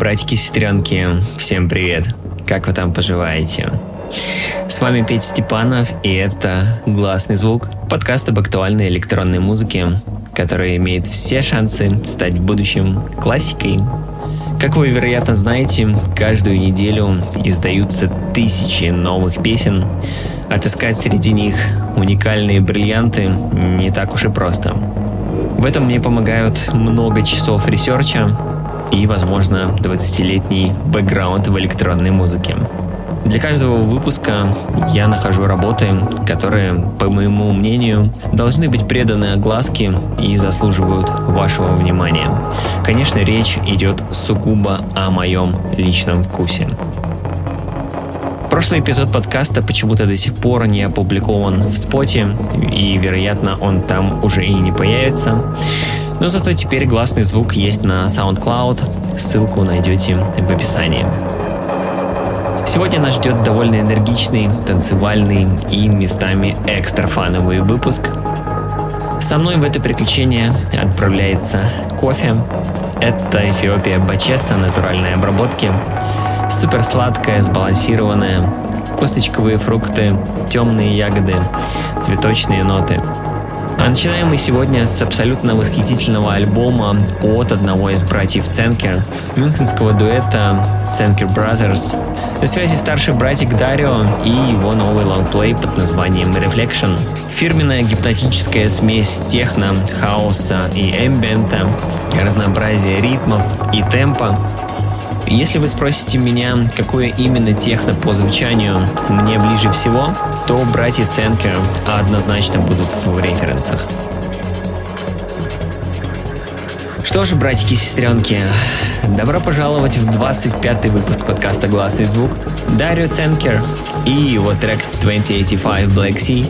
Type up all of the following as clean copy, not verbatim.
Братики-сестренки, всем привет! Как вы там поживаете? С вами Петя Степанов, и это «Гласный звук», подкаст об актуальной электронной музыке, который имеет все шансы стать в будущем классикой. Как вы, вероятно, знаете, каждую неделю издаются тысячи новых песен. Отыскать среди них уникальные бриллианты не так уж и просто. В этом мне помогают много часов ресерча и, возможно, 20-летний бэкграунд в электронной музыке. Для каждого выпуска я нахожу работы, которые, по моему мнению, должны быть преданы огласке и заслуживают вашего внимания. Конечно, речь идет сугубо о моем личном вкусе. Прошлый эпизод подкаста почему-то до сих пор не опубликован в Spotify, и, вероятно, он там уже и не появится. Но зато теперь «Гласный звук» есть на SoundCloud, ссылку найдете в описании. Сегодня нас ждет довольно энергичный, танцевальный и местами экстра-фановый выпуск. Со мной в это приключение отправляется кофе. Это Эфиопия Бачеса натуральной обработки. Супер сладкая, сбалансированная, косточковые фрукты, темные ягоды, цветочные ноты. А начинаем мы сегодня с абсолютно восхитительного альбома от одного из братьев Ценкер, мюнхенского дуэта Ценкер Brothers. На связи старший братик Дарио и его новый лонгплей под названием Reflection. Фирменная гипнотическая смесь техно, хаоса и эмбиента, разнообразие ритмов и темпа. Если вы спросите меня, какое именно техно по звучанию мне ближе всего, то братья Ценкер однозначно будут в референсах. Что ж, братики-сестренки, добро пожаловать в 25-й выпуск подкаста «Гласный звук». Дарио Ценкер и его трек 2085 Black Sea.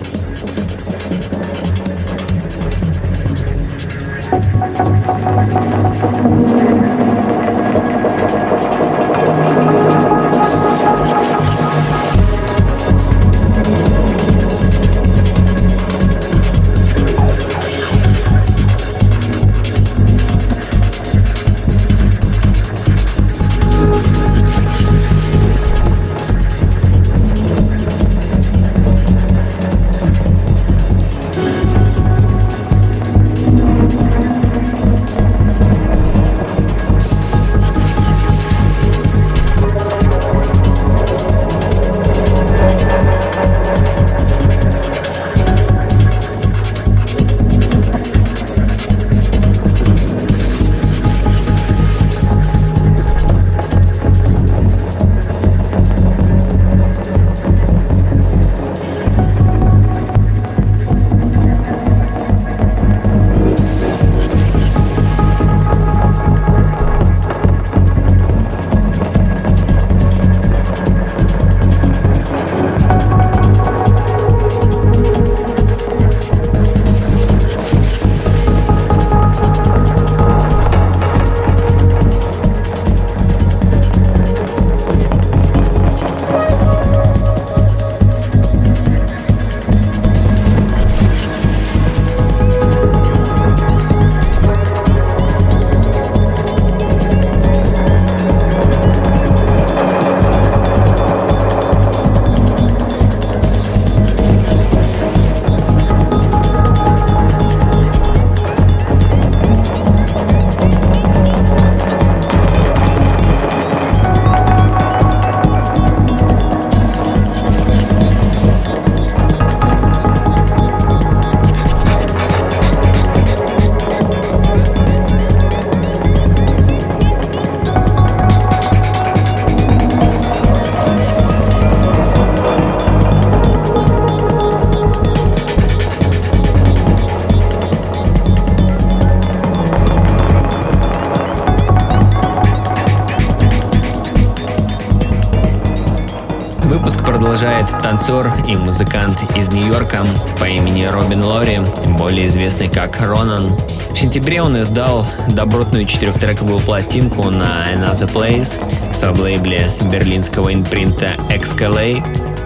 Продолжает танцор и музыкант из Нью-Йорка по имени Робин Лори, более известный как Ронан. В сентябре он издал добротную 4-трековую пластинку на Another Place в саб-лейбле берлинского импринта XKLA.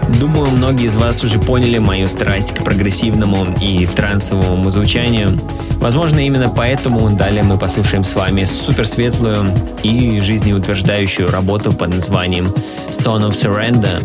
Думаю, многие из вас уже поняли мою страсть к прогрессивному и трансовому звучанию. Возможно, именно поэтому далее мы послушаем с вами суперсветлую и жизнеутверждающую работу под названием Stone of Surrender.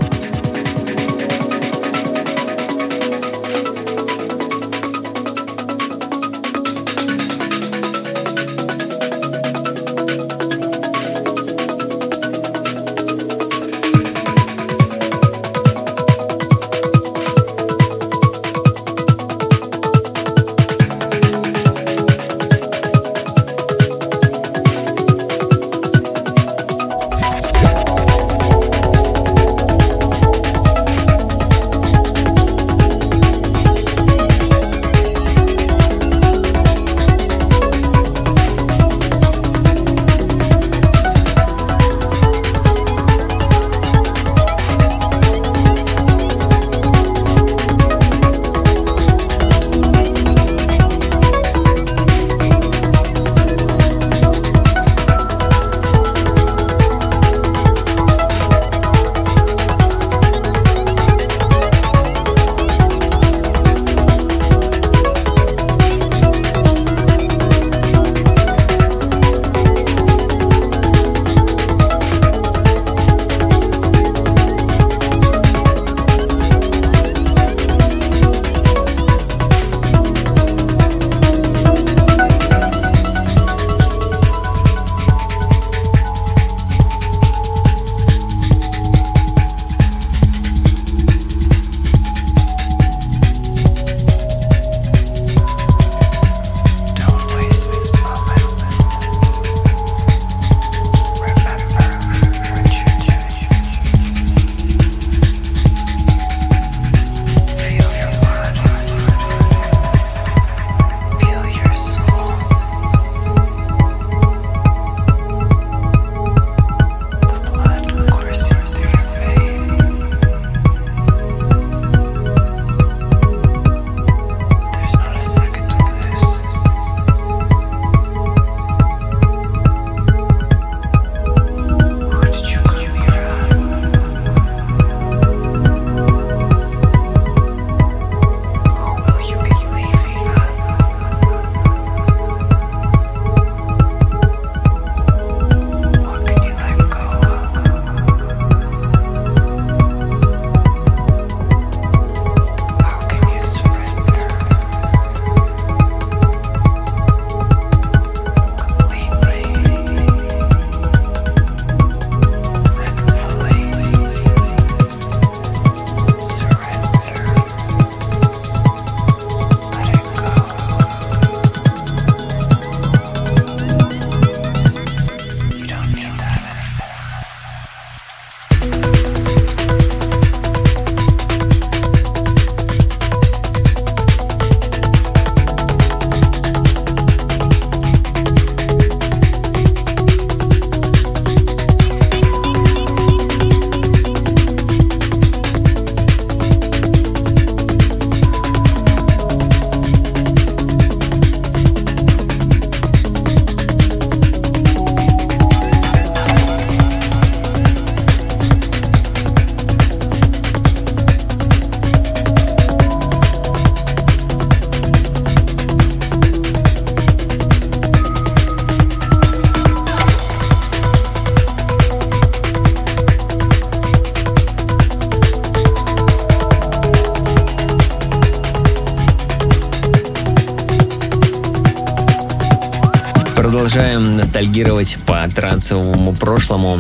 Продолжаем ностальгировать по трансовому прошлому.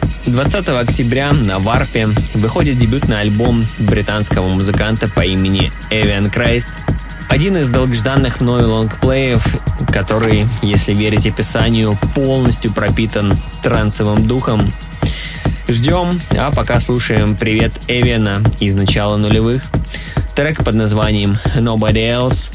20 октября на Варпе выходит дебютный альбом британского музыканта по имени Evian Christ. Один из долгожданных мною лонгплеев, который, если верить описанию, полностью пропитан трансовым духом. Ждем, а пока слушаем «Привет Эвиана» из начала нулевых. Трек под названием «Nobody Else».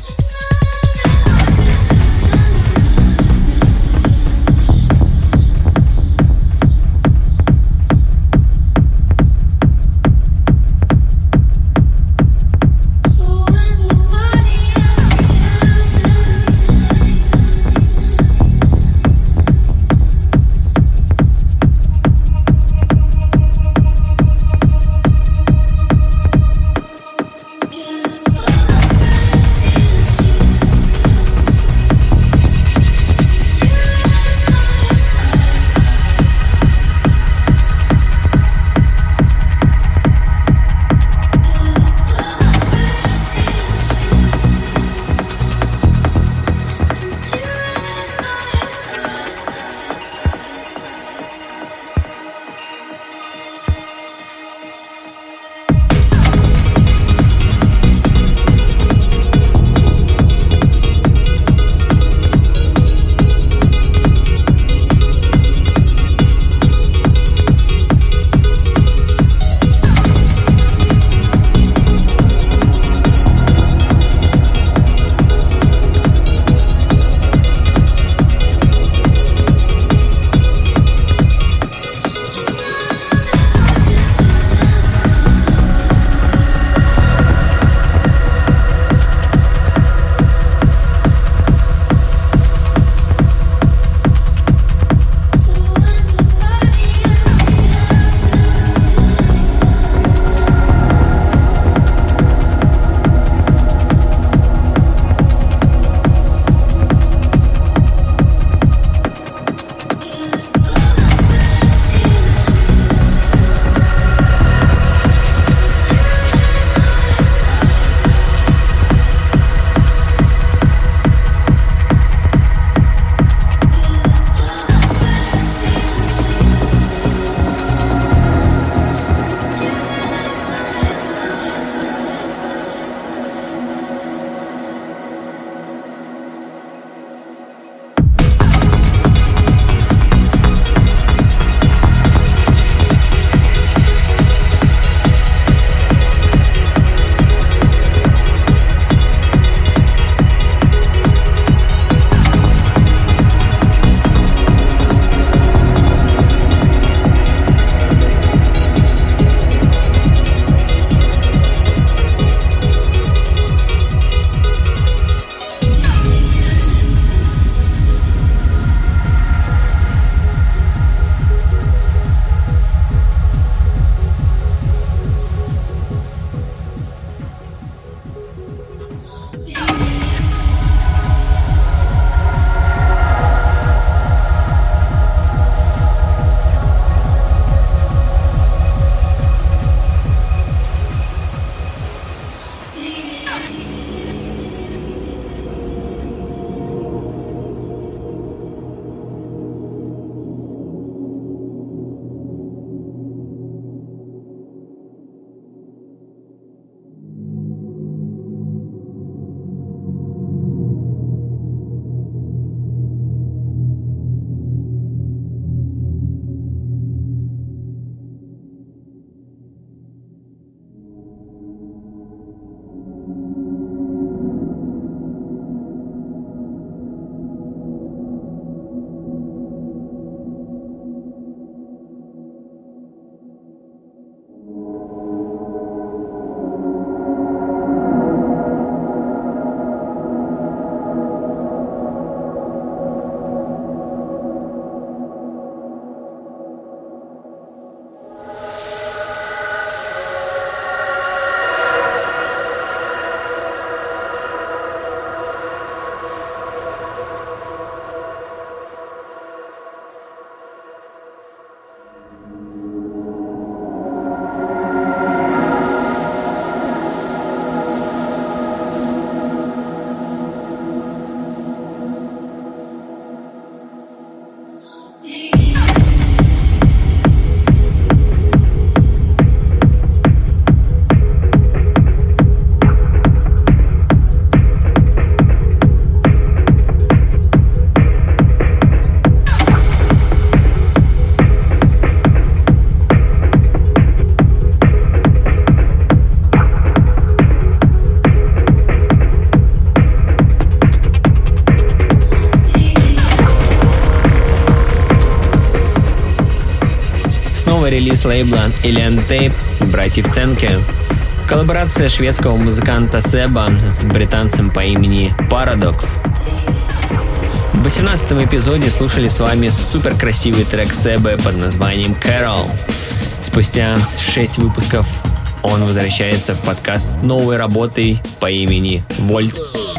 релиз лейбла Alien Tape братьев Ценке. Коллаборация шведского музыканта Себа с британцем по имени Paradox. В 18-м эпизоде слушали с вами супер красивый трек Себа под названием Carol. Спустя 6 выпусков он возвращается в подкаст с новой работой по имени Volt.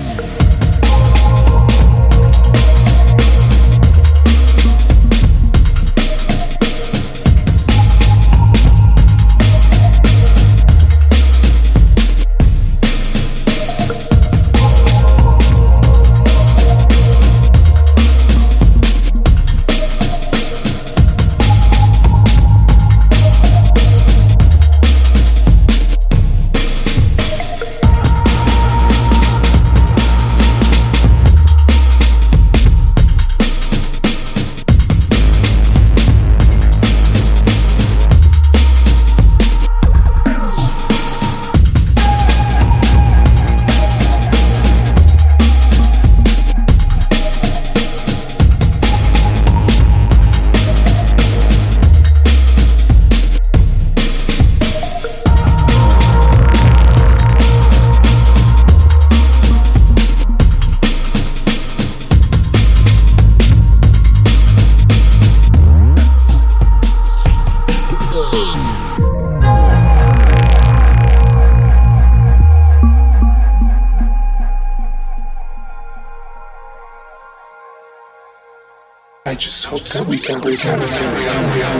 I just hope that we can break out of here.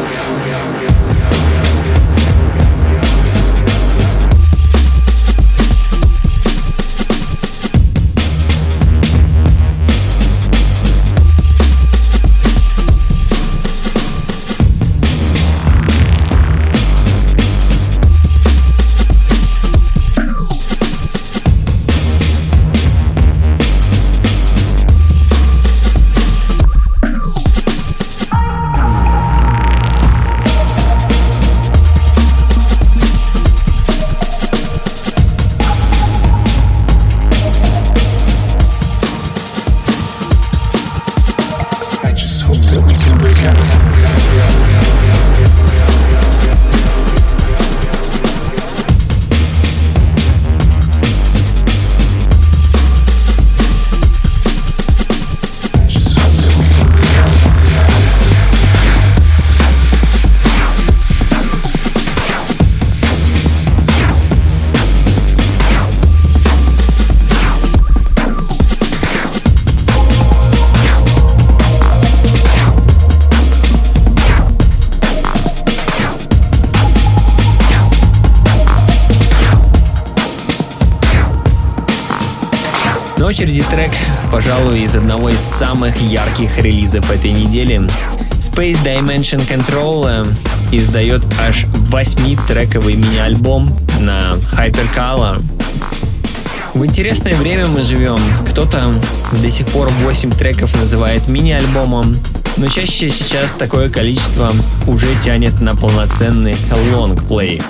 На очереди трек, пожалуй, из одного из самых ярких релизов этой недели. Space Dimension Control издает аж 8-трековый мини-альбом на Hypercolor. В интересное время мы живем. Кто-то до сих пор 8 треков называет мини-альбомом, но чаще сейчас такое количество уже тянет на полноценный лонгплей.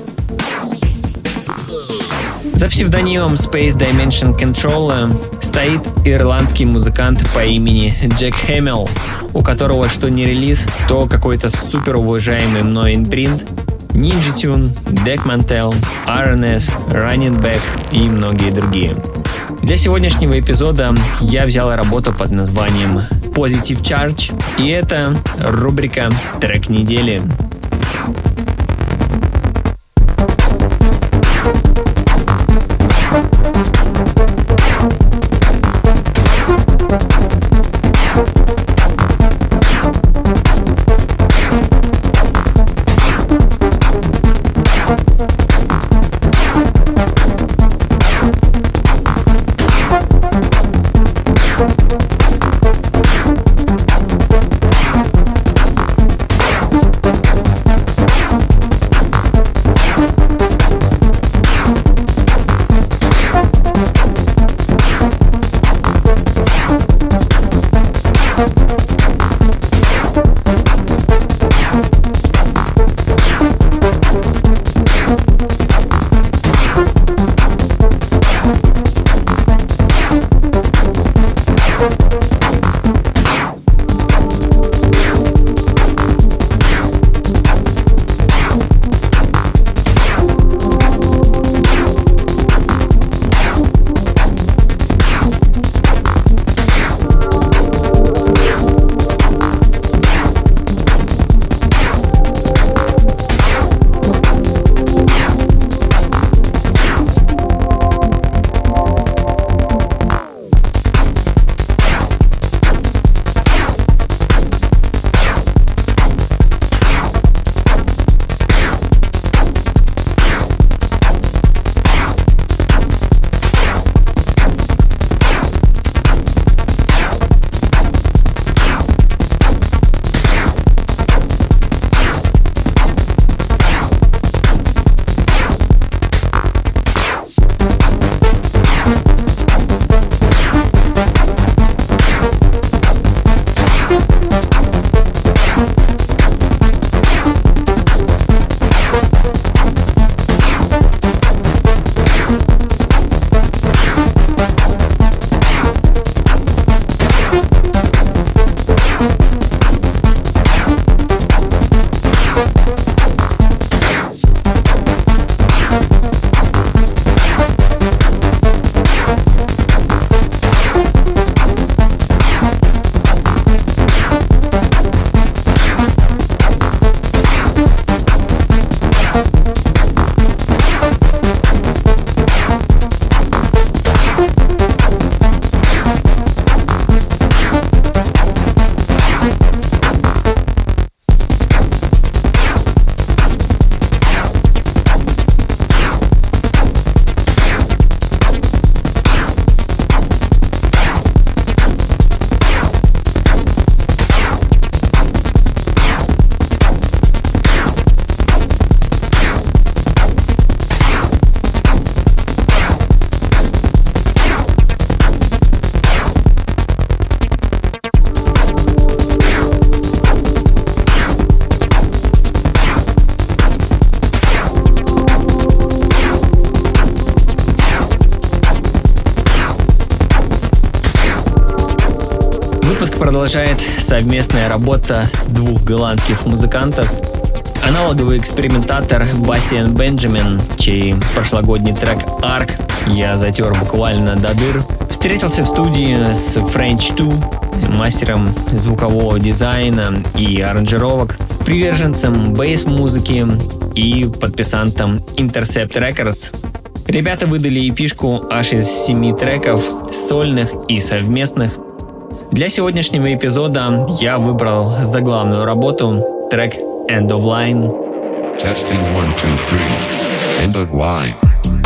За псевдонимом Space Dimension Control стоит ирландский музыкант по имени Джек Хэмилл, у которого что не релиз, то какой-то супер уважаемый мной импринт, Ninja Tune, Deck Mantel, RNS, Running Back и многие другие. Для сегодняшнего эпизода я взял работу под названием Positive Charge, и это рубрика «Трек недели». Выпуск продолжает совместная работа двух голландских музыкантов. Аналоговый экспериментатор Бастиан Бенджамин, чей прошлогодний трек «Arc» я затер буквально до дыр, встретился в студии с French 2, мастером звукового дизайна и аранжировок, приверженцем бейс-музыки и подписантом Intercept Records. Ребята выдали эпишку аж из 7 треков, сольных и совместных. Для сегодняшнего эпизода я выбрал заглавную работу, трек End of Line. Testing 1, 2, 3. End of line.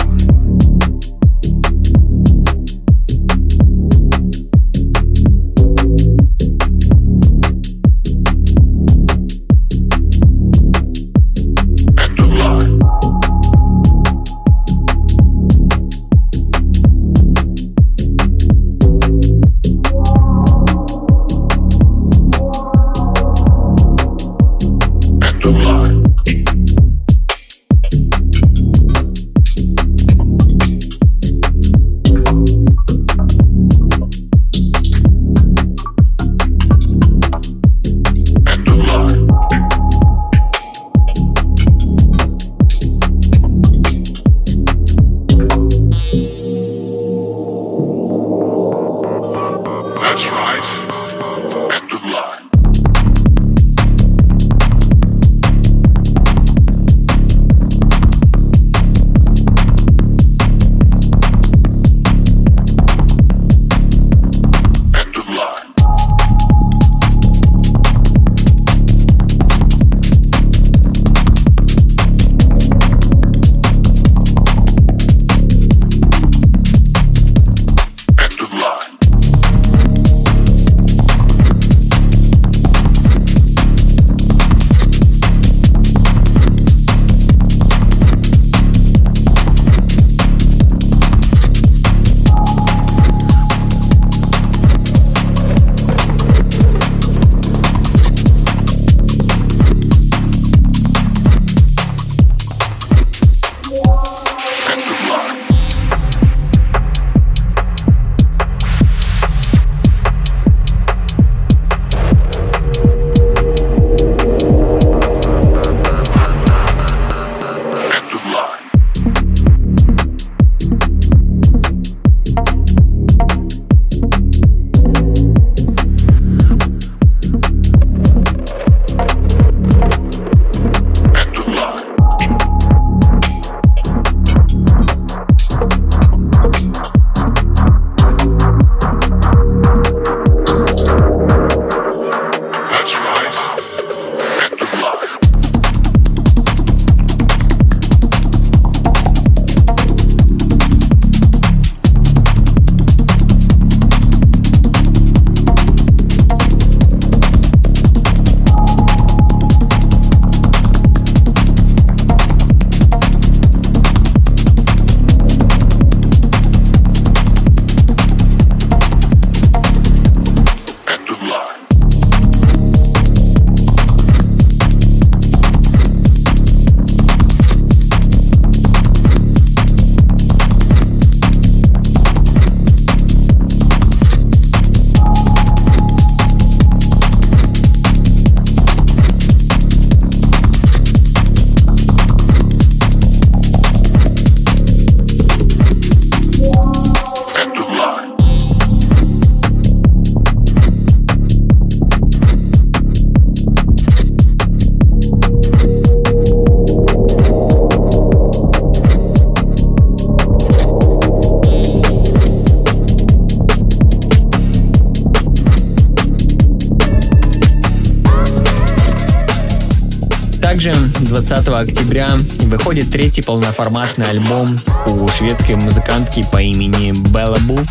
Также 20 октября выходит третий полноформатный альбом у шведской музыкантки по имени Bella Boo.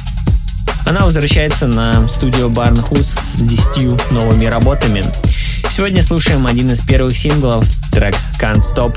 Она возвращается на студию Barnhus с 10 новыми работами. Сегодня слушаем один из первых синглов, трек Can't Stop.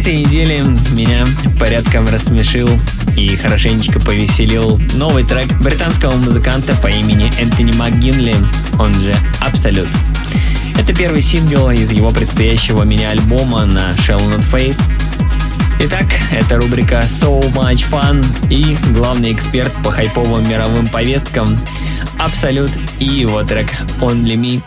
этой неделе меня порядком рассмешил и хорошенечко повеселил новый трек британского музыканта по имени Энтони МакГинли, он же Absolute. Это первый сингл из его предстоящего мини-альбома на Shall Not Fade. Итак, это рубрика So Much Fun и главный эксперт по хайповым мировым повесткам Absolute и его трек Only Me.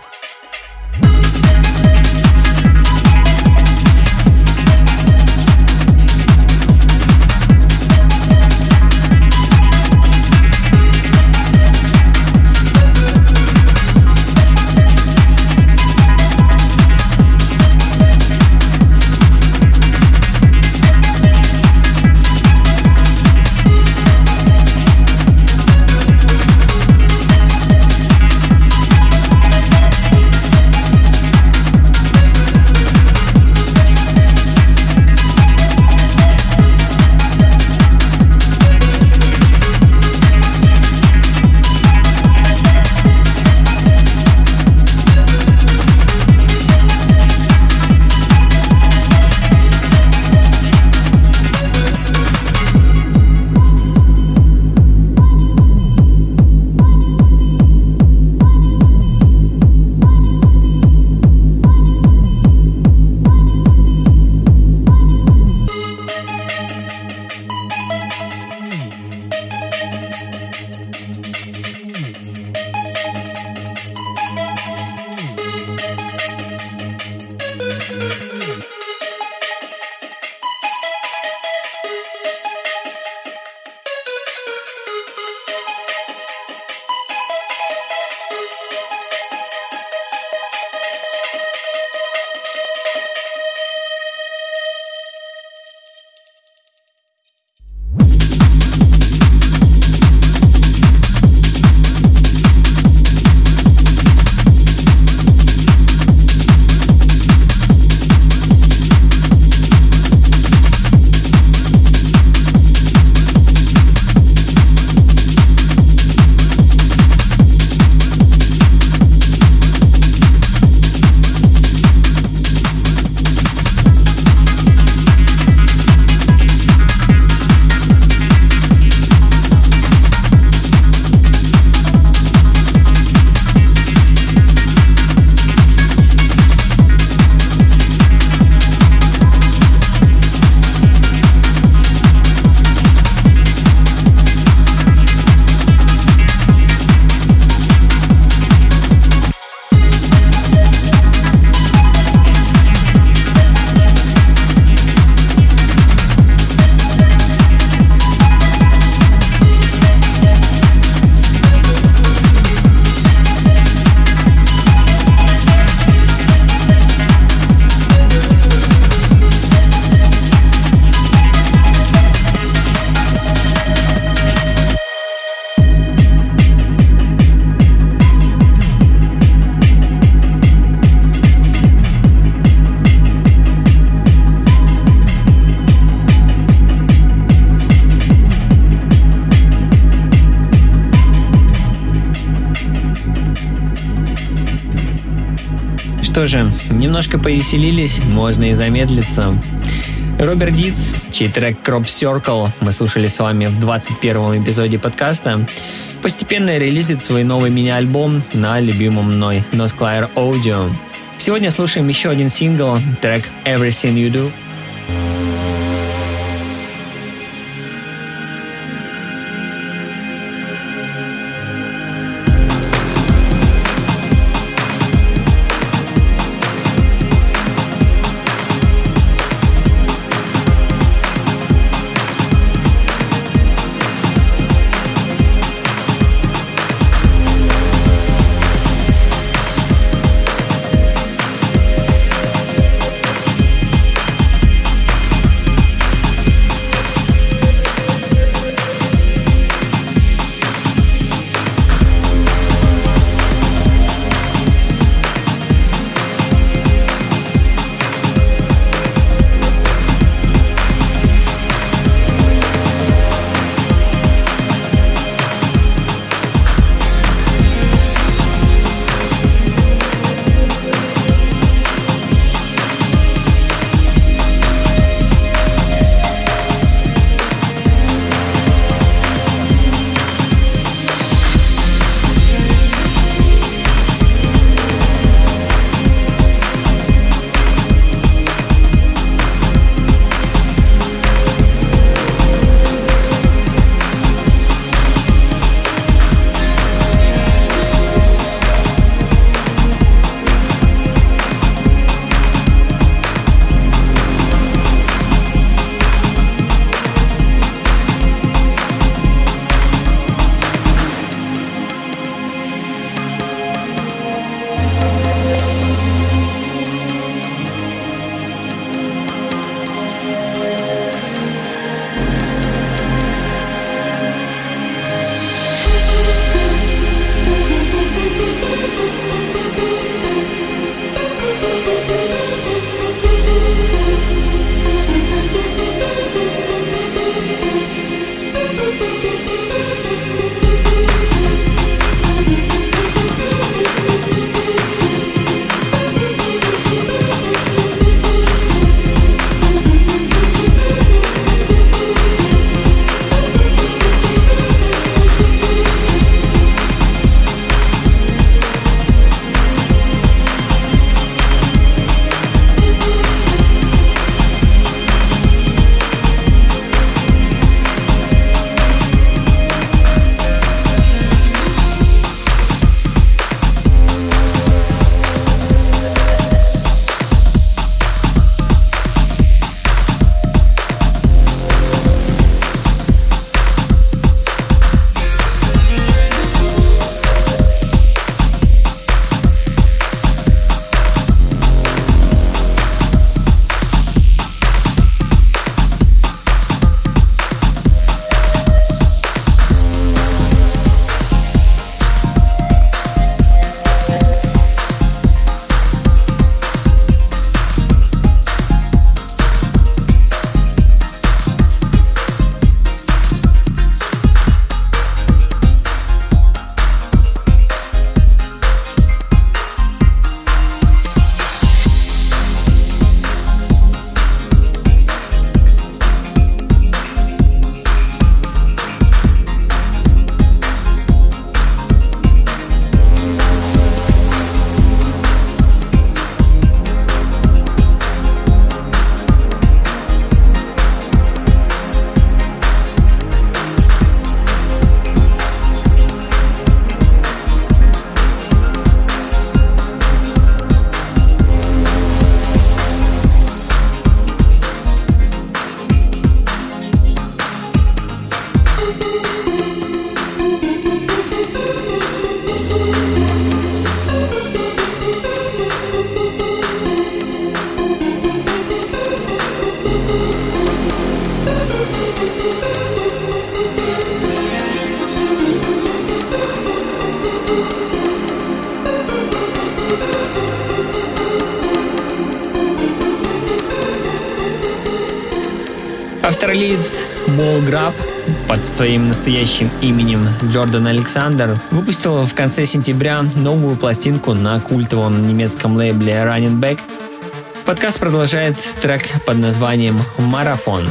Что же, немножко повеселились, можно и замедлиться. Роберт Дитс, чей трек Crop Circle мы слушали с вами в 21-м эпизоде подкаста, постепенно релизит свой новый мини-альбом на любимом мной Nosclair Audio. Сегодня слушаем еще один сингл, трек Everything You Do. Австралиец Мол Граб под своим настоящим именем Джордан Александр выпустил в конце сентября новую пластинку на культовом немецком лейбле Running Back. Подкаст продолжает трек под названием «Марафон».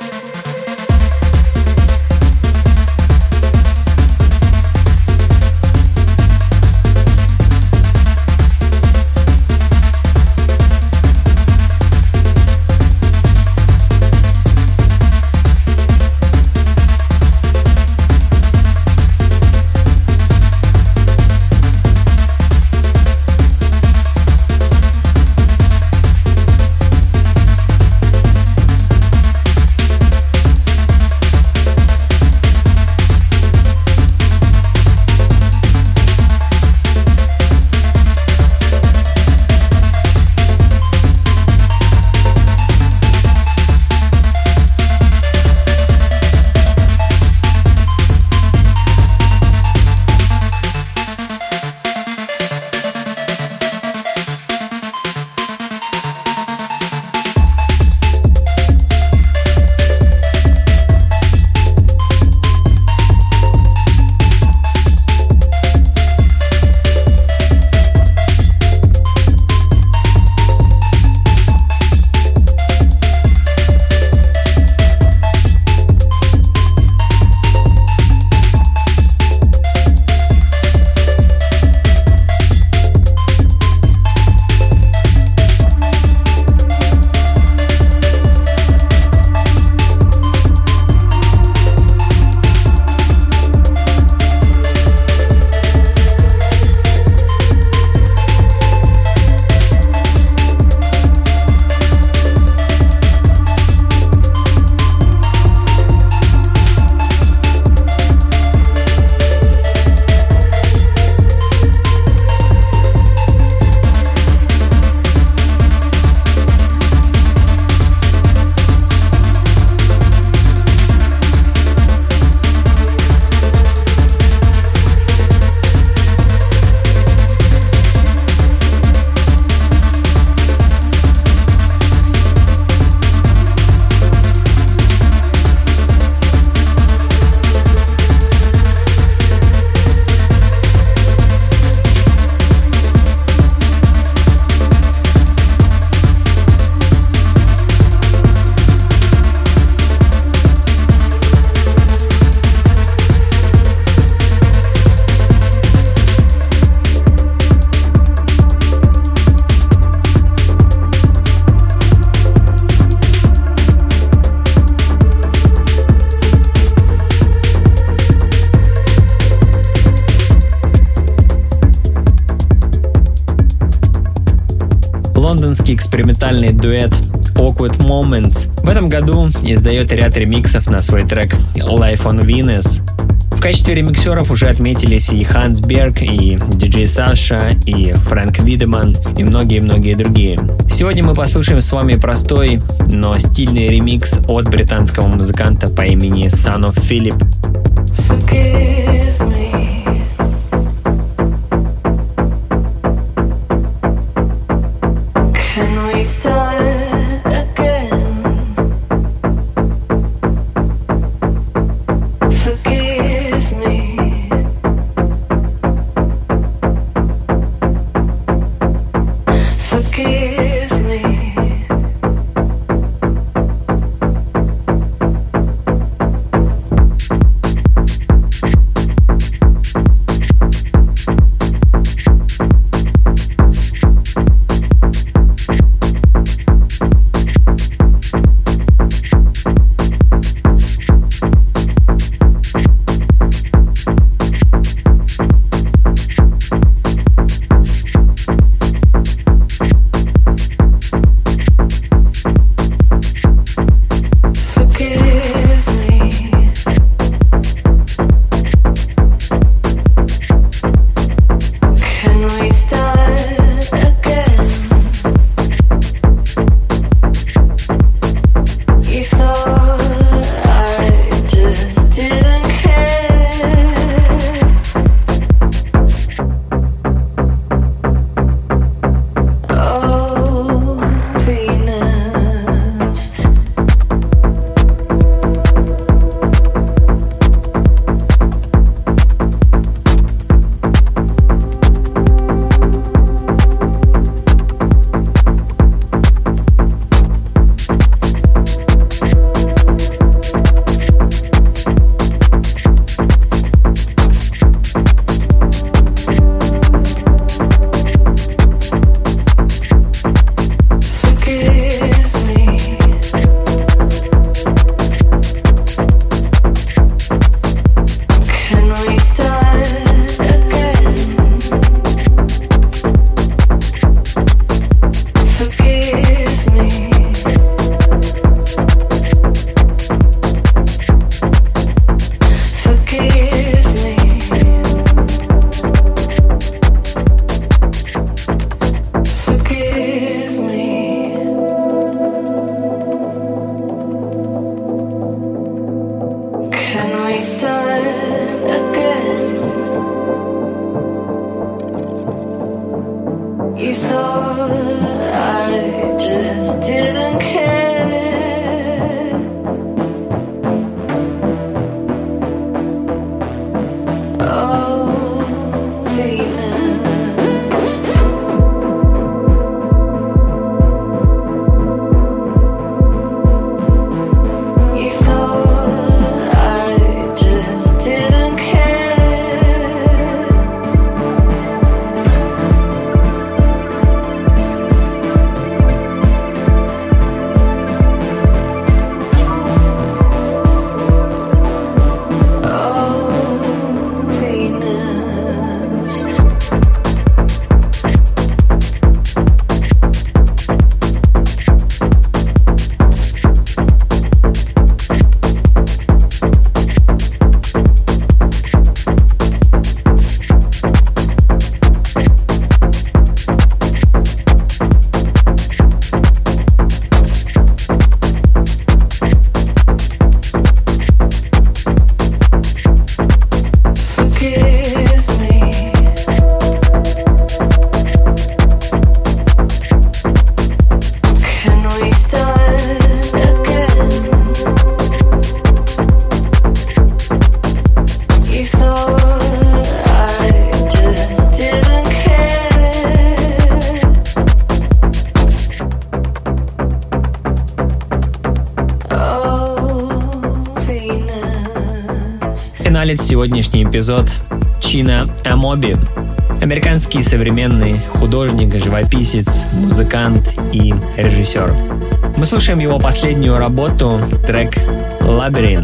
Лондонский экспериментальный дуэт Awkward Moments в этом году издает ряд ремиксов на свой трек Life on Venus. В качестве ремиксеров уже отметились и Ханс Берг, и диджей Саша, и Фрэнк Видеман, и многие-многие другие. Сегодня мы послушаем с вами простой, но стильный ремикс от британского музыканта по имени Son of Philip. Forgive me. Can we start again? Forgive me. Forgive me. You thought I just didn't care. Oh, Venus. You thought I just didn't care. Финалит сегодняшний эпизод Чина Амоби. Американский современный художник, живописец, музыкант и режиссер. Мы слушаем его последнюю работу, трек «Labyrinth».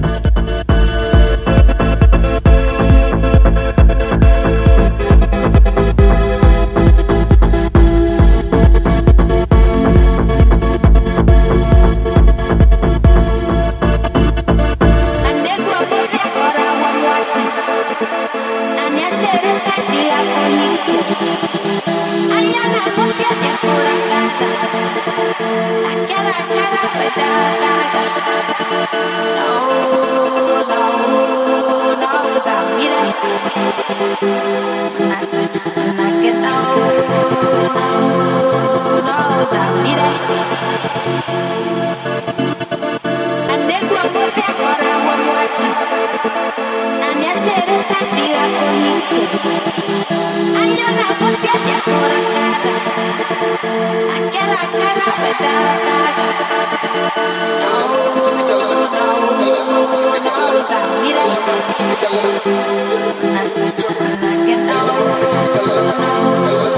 No.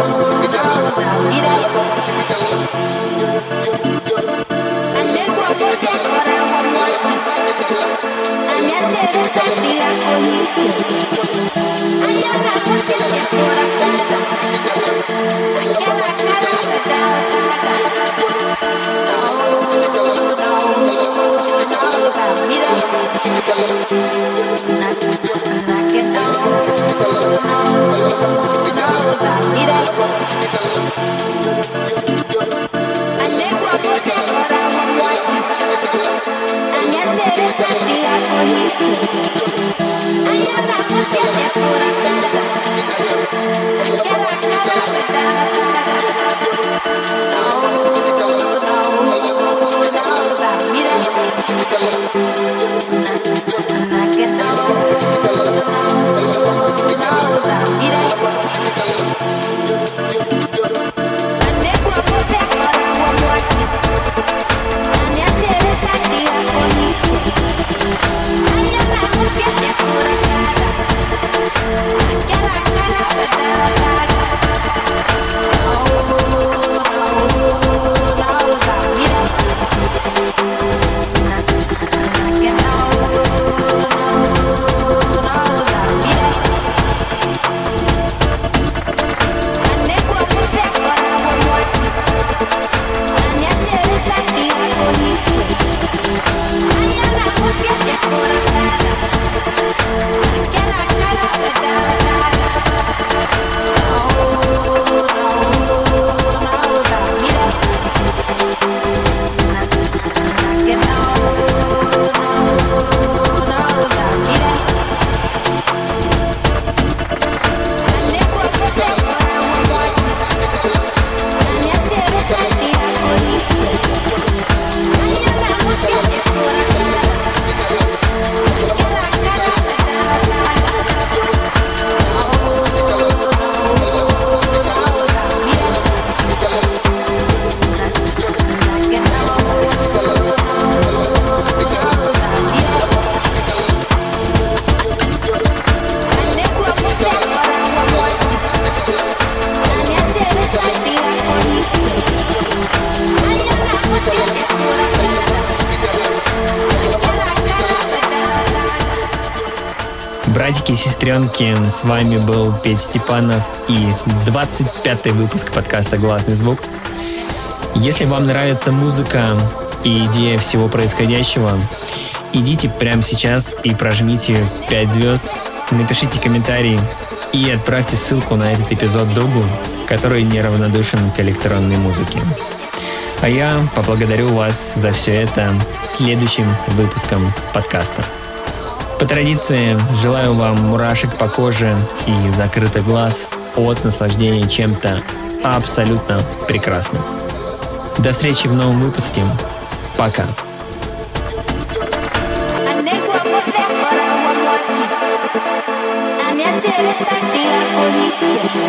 братики и сестренки, с вами был Петь Степанов и 25-й выпуск подкаста «Гласный звук». Если вам нравится музыка и идея всего происходящего, идите прямо сейчас и прожмите 5 звезд, напишите комментарий и отправьте ссылку на этот эпизод другу, который неравнодушен к электронной музыке. А я поблагодарю вас за все это следующим выпуском подкаста. По традиции, желаю вам мурашек по коже и закрытых глаз от наслаждения чем-то абсолютно прекрасным. До встречи в новом выпуске. Пока. Tienes táctica,